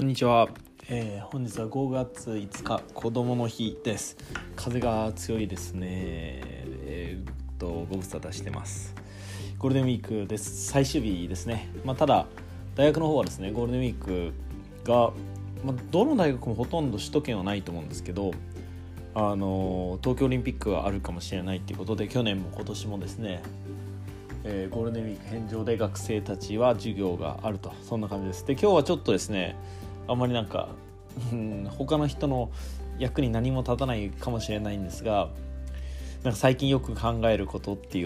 にちは。本日は5月5日子供の日です。風が強いですね。ご無沙汰してます。ゴールデンウィークです。最終日ですね。ただ大学の方はですね、ゴールデンウィークが、どの大学もほとんど首都圏はないと思うんですけど、東京オリンピックがあるかもしれないということで、去年も今年もですね、ゴールデンウィーク返上で学生たちは授業があると、そんな感じです。で、今日はちょっとですね、あんまり他の人の役に何も立たないかもしれないんですが、最近よく考えることっていう、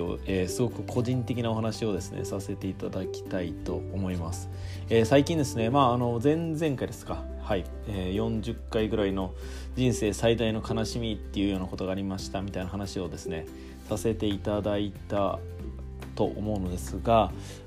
すごく個人的なお話をですねさせていただきたいと思います。最近ですね、前々回ですか、40回ぐらいの人生最大の悲しみっていうようなことがありましたみたいな話をですねさせていただいたと思うのですが、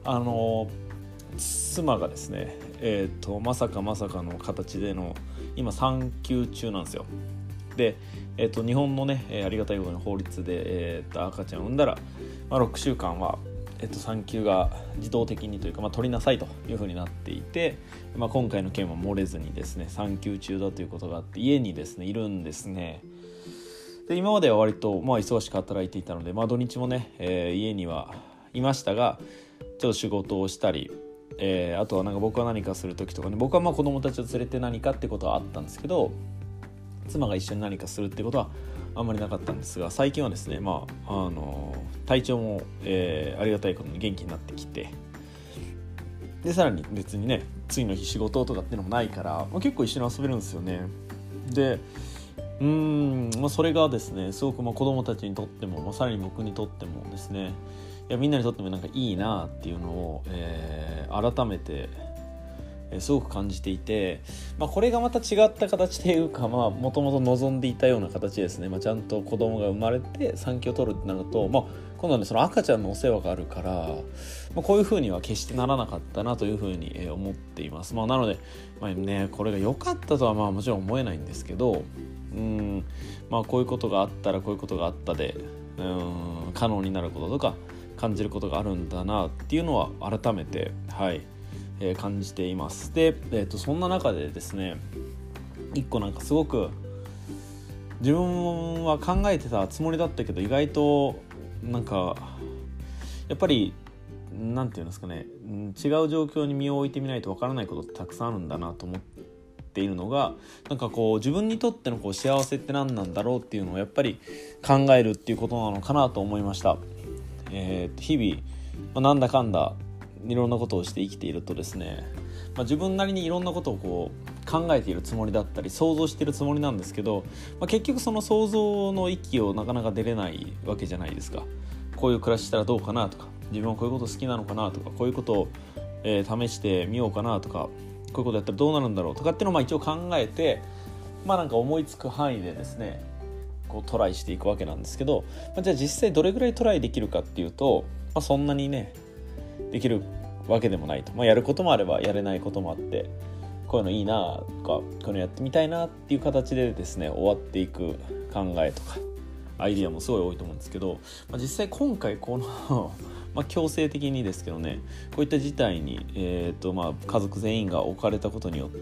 妻がですね、まさかの形での今産休中なんですよ。で、日本のね、ありがたいことに法律で、赤ちゃんを産んだら、6週間は、産休が自動的にというか、取りなさいというふうになっていて、今回の件は漏れずにですね産休中だということがあって家にですねいるんですね。で、今までは割と、忙しく働いていたので、土日もね、家にはいましたが、ちょっと仕事をしたり、あとは僕は何かする時とかね、僕は子供たちを連れて何かってことはあったんですけど、妻が一緒に何かするってことはあんまりなかったんですが、最近はですね、体調も、ありがたいことに元気になってきて、でさらに別にね次の日仕事とかっていうのもないから、結構一緒に遊べるんですよね。でそれがですねすごく子供たちにとっても、さらに僕にとってもですね、みんなにとってもいいなっていうのを、改めて、すごく感じていて、これがまた違った形というか、もともと望んでいたような形ですね、ちゃんと子供が生まれて産休を取るってなると、今度はねその赤ちゃんのお世話があるから、こういう風には決してならなかったなという風に、思っています。なので、これが良かったとはもちろん思えないんですけど、こういうことがあったらこういうことがあったで可能になることとか感じることがあるんだなっていうのは改めて感じています。で、そんな中でですね、一個すごく自分は考えてたつもりだったけど、意外とやっぱりなんていうんですかね、違う状況に身を置いてみないとわからないことってたくさんあるんだなと思っているのが、自分にとっての幸せって何なんだろうっていうのをやっぱり考えるっていうことなのかなと思いました。日々、なんだかんだいろんなことをして生きているとですね、自分なりにいろんなことを考えているつもりだったり想像しているつもりなんですけど、結局その想像の域をなかなか出れないわけじゃないですか。こういう暮らししたらどうかなとか、自分はこういうこと好きなのかなとか、こういうことを、試してみようかなとか、こういうことやったらどうなるんだろうとかっていうのを一応考えて、思いつく範囲でですねトライしていくわけなんですけど、じゃあ実際どれぐらいトライできるかっていうと、そんなにねできるわけでもないと、やることもあればやれないこともあって、こういうのいいなとかこういうのやってみたいなっていう形でですね終わっていく考えとかアイディアもすごい多いと思うんですけど、実際今回この強制的にですけどね、こういった事態に、家族全員が置かれたことによって、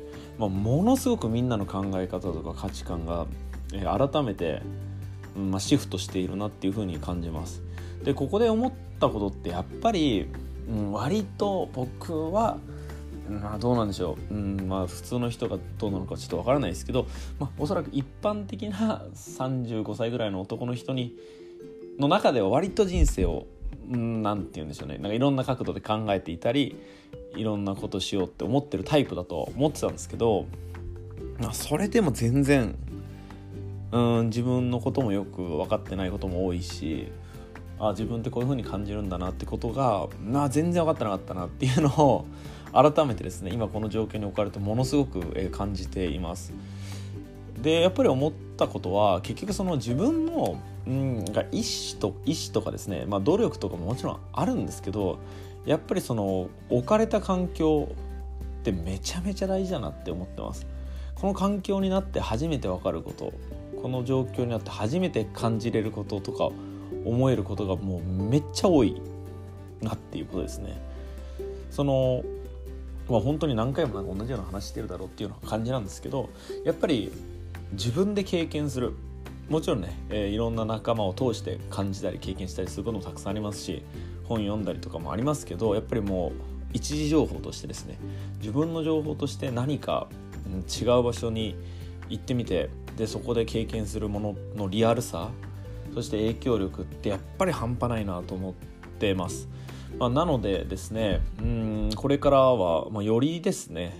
ものすごくみんなの考え方とか価値観が、改めて、シフトしているなっていうふうに感じます。で、ここで思ったことってやっぱり、割と僕はどうなんでしょう、普通の人がどうなのかちょっとわからないですけど、おそらく一般的な35歳ぐらいの男の人の中では割と人生をなんて言うんでしょうね、いろんな角度で考えていたり、いろんなことしようって思ってるタイプだと思ってたんですけど、それでも全然自分のこともよく分かってないことも多いし、自分ってこういう風に感じるんだなってことが全然分かってなかったなっていうのを改めてですね今この状況に置かれてものすごく感じています。で、やっぱり思ったことは結局その自分の意志とかですね、努力とかももちろんあるんですけど、やっぱりその置かれた環境ってめちゃめちゃ大事だなって思ってます。この環境になって初めて分かること、この状況になって初めて感じれることとか思えることがもうめっちゃ多いなっていうことですね。 本当に何回も同じような話してるだろうっていうような感じなんですけど、やっぱり自分で経験する、もちろんね、いろんな仲間を通して感じたり経験したりすることもたくさんありますし、本読んだりとかもありますけど、やっぱりもう一時情報としてですね、自分の情報として何か違う場所に行ってみて、でそこで経験するもののリアルさ、そして影響力ってやっぱり半端ないなと思ってます。なのでですね、これからは、よりですね、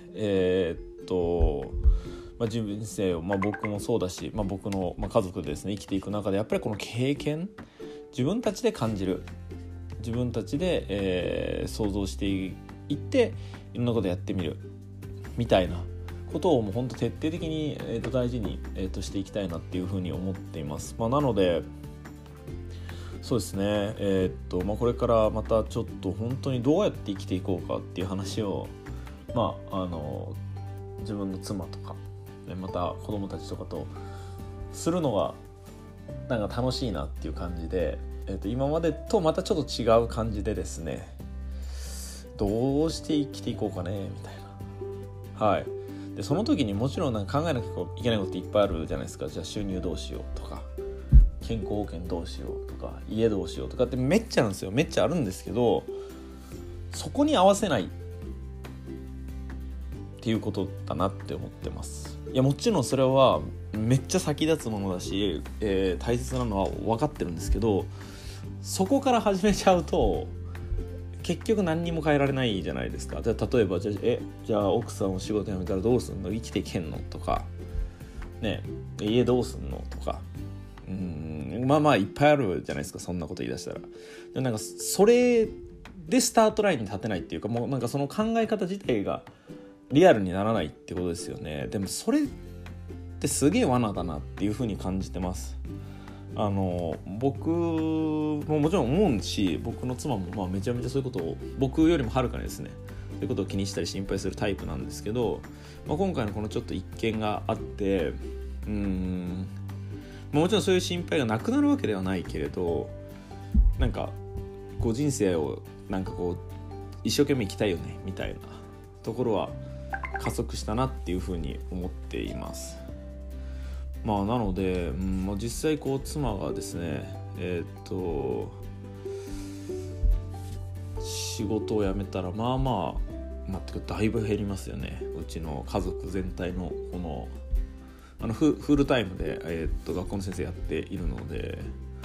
人生を、僕もそうだし、僕の、家族でですね生きていく中で、やっぱりこの経験、自分たちで感じる、自分たちで、想像していっていろんなことやってみるみたいなことをもう本当徹底的に、大事に、していきたいなっていうふうに思っています。なのでそうですね、これからまたちょっと本当にどうやって生きていこうかっていう話を、自分の妻とかまた子供たちとかとするのがなんか楽しいなっていう感じで、今までとまたちょっと違う感じでですね、どうして生きていこうかねみたいな。はい。でその時にもちろん考えなきゃいけないことっていっぱいあるじゃないですか。じゃあ収入どうしようとか、健康保険どうしようとか、家どうしようとかってめっちゃあるんですよ。めっちゃあるんですけど、そこに合わせないっていうことだなって思ってます。いやもちろんそれはめっちゃ先立つものだし、大切なのは分かってるんですけど、そこから始めちゃうと結局何にも変えられないじゃないですか。じゃあ例えばじゃあ奥さんお仕事辞めたらどうすんの、生きていけんのとかね、家どうすんのとか、いっぱいあるじゃないですか、そんなこと言い出したら。でそれでスタートラインに立てないっていうか、もうその考え方自体がリアルにならないってことですよね。でもそれってすげえ罠だなっていうふうに感じてます。僕ももちろん思うし、僕の妻もめちゃめちゃそういうことを僕よりもはるかにですね、そういうことを気にしたり心配するタイプなんですけど、今回のこのちょっと一件があって、もちろんそういう心配がなくなるわけではないけれど、人生を一生懸命生きたいよねみたいなところは加速したなっていうふうに思っています。なので、実際妻がですね仕事を辞めたらだいぶ減りますよね。うちの家族全体のこのフルタイムで、学校の先生やっているので、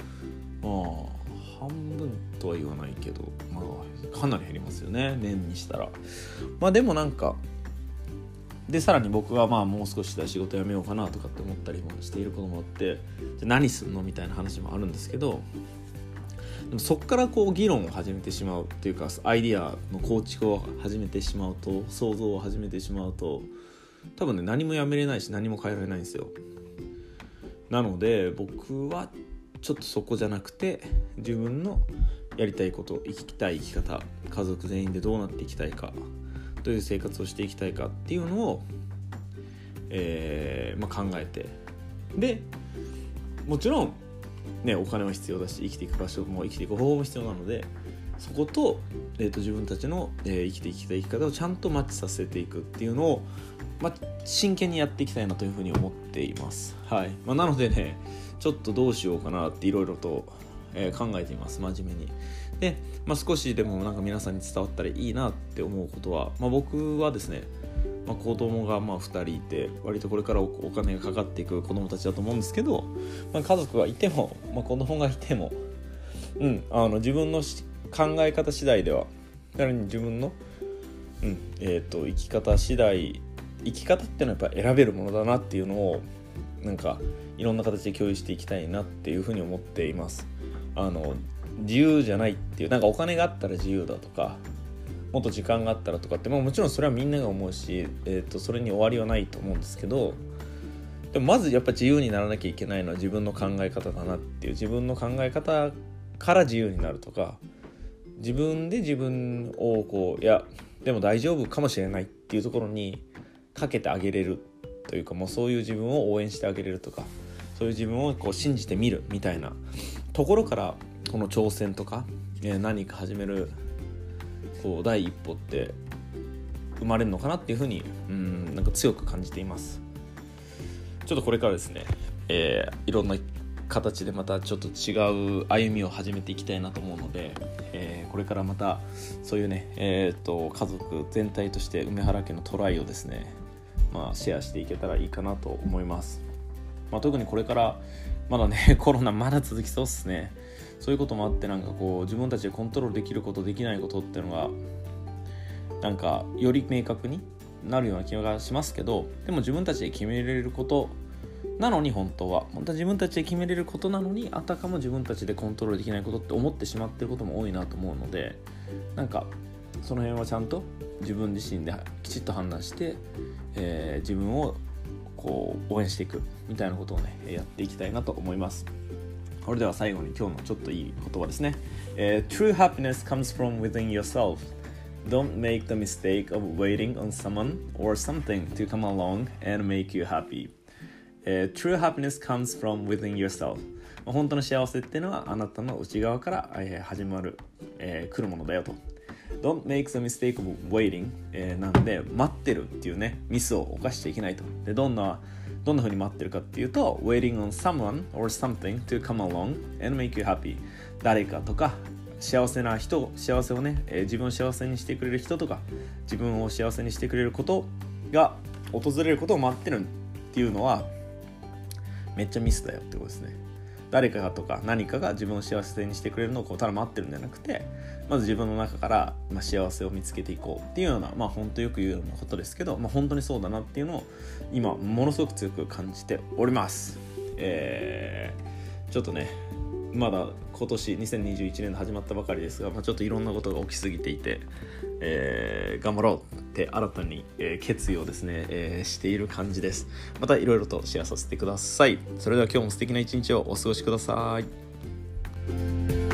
半分とは言わないけど、かなり減りますよね、年にしたら。でもでさらに僕はもう少しで仕事辞めようかなとかって思ったりもしていることもあって、じゃあ何すんのみたいな話もあるんですけど、でもそっから議論を始めてしまうっていうか、アイディアの構築を始めてしまうと、想像を始めてしまうと、多分ね何もやめれないし何も変えられないんですよ。なので僕はちょっとそこじゃなくて、自分のやりたいこと、生きたい生き方、家族全員でどうなっていきたいか、どういう生活をしていきたいかっていうのを、考えて、でもちろんねお金は必要だし、生きていく場所も生きていく方法も必要なので、そこと、自分たちの、生きていきたい生き方をちゃんとマッチさせていくっていうのを、真剣にやっていきたいなというふうに思っています。はい。なのでね、ちょっとどうしようかなっていろいろと、考えています、真面目に。で、少しでも皆さんに伝わったらいいなって思うことは、僕はですね、子供が2人いて、割とこれからお金がかかっていく子供たちだと思うんですけど、家族がいても、子供がいても、自分の考え方次第では、さらに自分の、生き方次第、生き方っていうのはやっぱ選べるものだなっていうのをいろんな形で共有していきたいなっていうふうに思っています。自由じゃないっていう、お金があったら自由だとか、もっと時間があったらとかって、もちろんそれはみんなが思うし、それに終わりはないと思うんですけど、でもまずやっぱ自由にならなきゃいけないのは自分の考え方だなっていう、自分の考え方から自由になるとか、自分で自分をいやでも大丈夫かもしれないっていうところにかけてあげれるというか、もうそういう自分を応援してあげれるとか、そういう自分を信じてみるみたいなところから、この挑戦とか、何か始める第一歩って生まれるのかなっていうふうになんか強く感じています。ちょっとこれからですね、いろんな形でまたちょっと違う歩みを始めていきたいなと思うので、これからまたそういうね、家族全体として梅原家のトライをですね、シェアしていけたらいいかなと思います。特にこれからまだねコロナまだ続きそうですね。そういうこともあってなんかこう自分たちでコントロールできることできないことっていうのがなんかより明確になるような気がしますけど、でも自分たちで決めれることなのに本当は自分たちで決めれることなのにあたかも自分たちでコントロールできないことって思ってしまっていることも多いなと思うので、なんかその辺はちゃんと自分自身できちっと判断して、自分をこう応援していくみたいなことをねやっていきたいなと思います。それでは最後に今日のちょっといい言葉ですね。True happiness comes from within yourself. Don't make the mistake of waiting on someone or something to come along and make you happy.True happiness comes from within yourself. 本当の幸せっていうのはあなたの内側から始まる、来るものだよと。Don't make the mistake of waiting、なんで待ってるっていうねミスを犯しちゃいけないと。でどんな風に待ってるかっていうと waiting on someone or something to come along and make you happy。 誰かとか幸せな人、幸せをね、自分を幸せにしてくれる人とか自分を幸せにしてくれることが訪れることを待ってるっていうのはめっちゃミスだよってことですね。誰かがとか何かが自分を幸せにしてくれるのをただ待ってるんじゃなくて、まず自分の中から、幸せを見つけていこうっていうような、本当よく言うようなことですけど、本当にそうだなっていうのを今ものすごく強く感じております。ちょっとねまだ今年2021年で始まったばかりですが、ちょっといろんなことが起きすぎていて、頑張ろうって新たに、決意をですね、している感じです。またいろいろとシェアさせてください。それでは今日も素敵な一日をお過ごしください。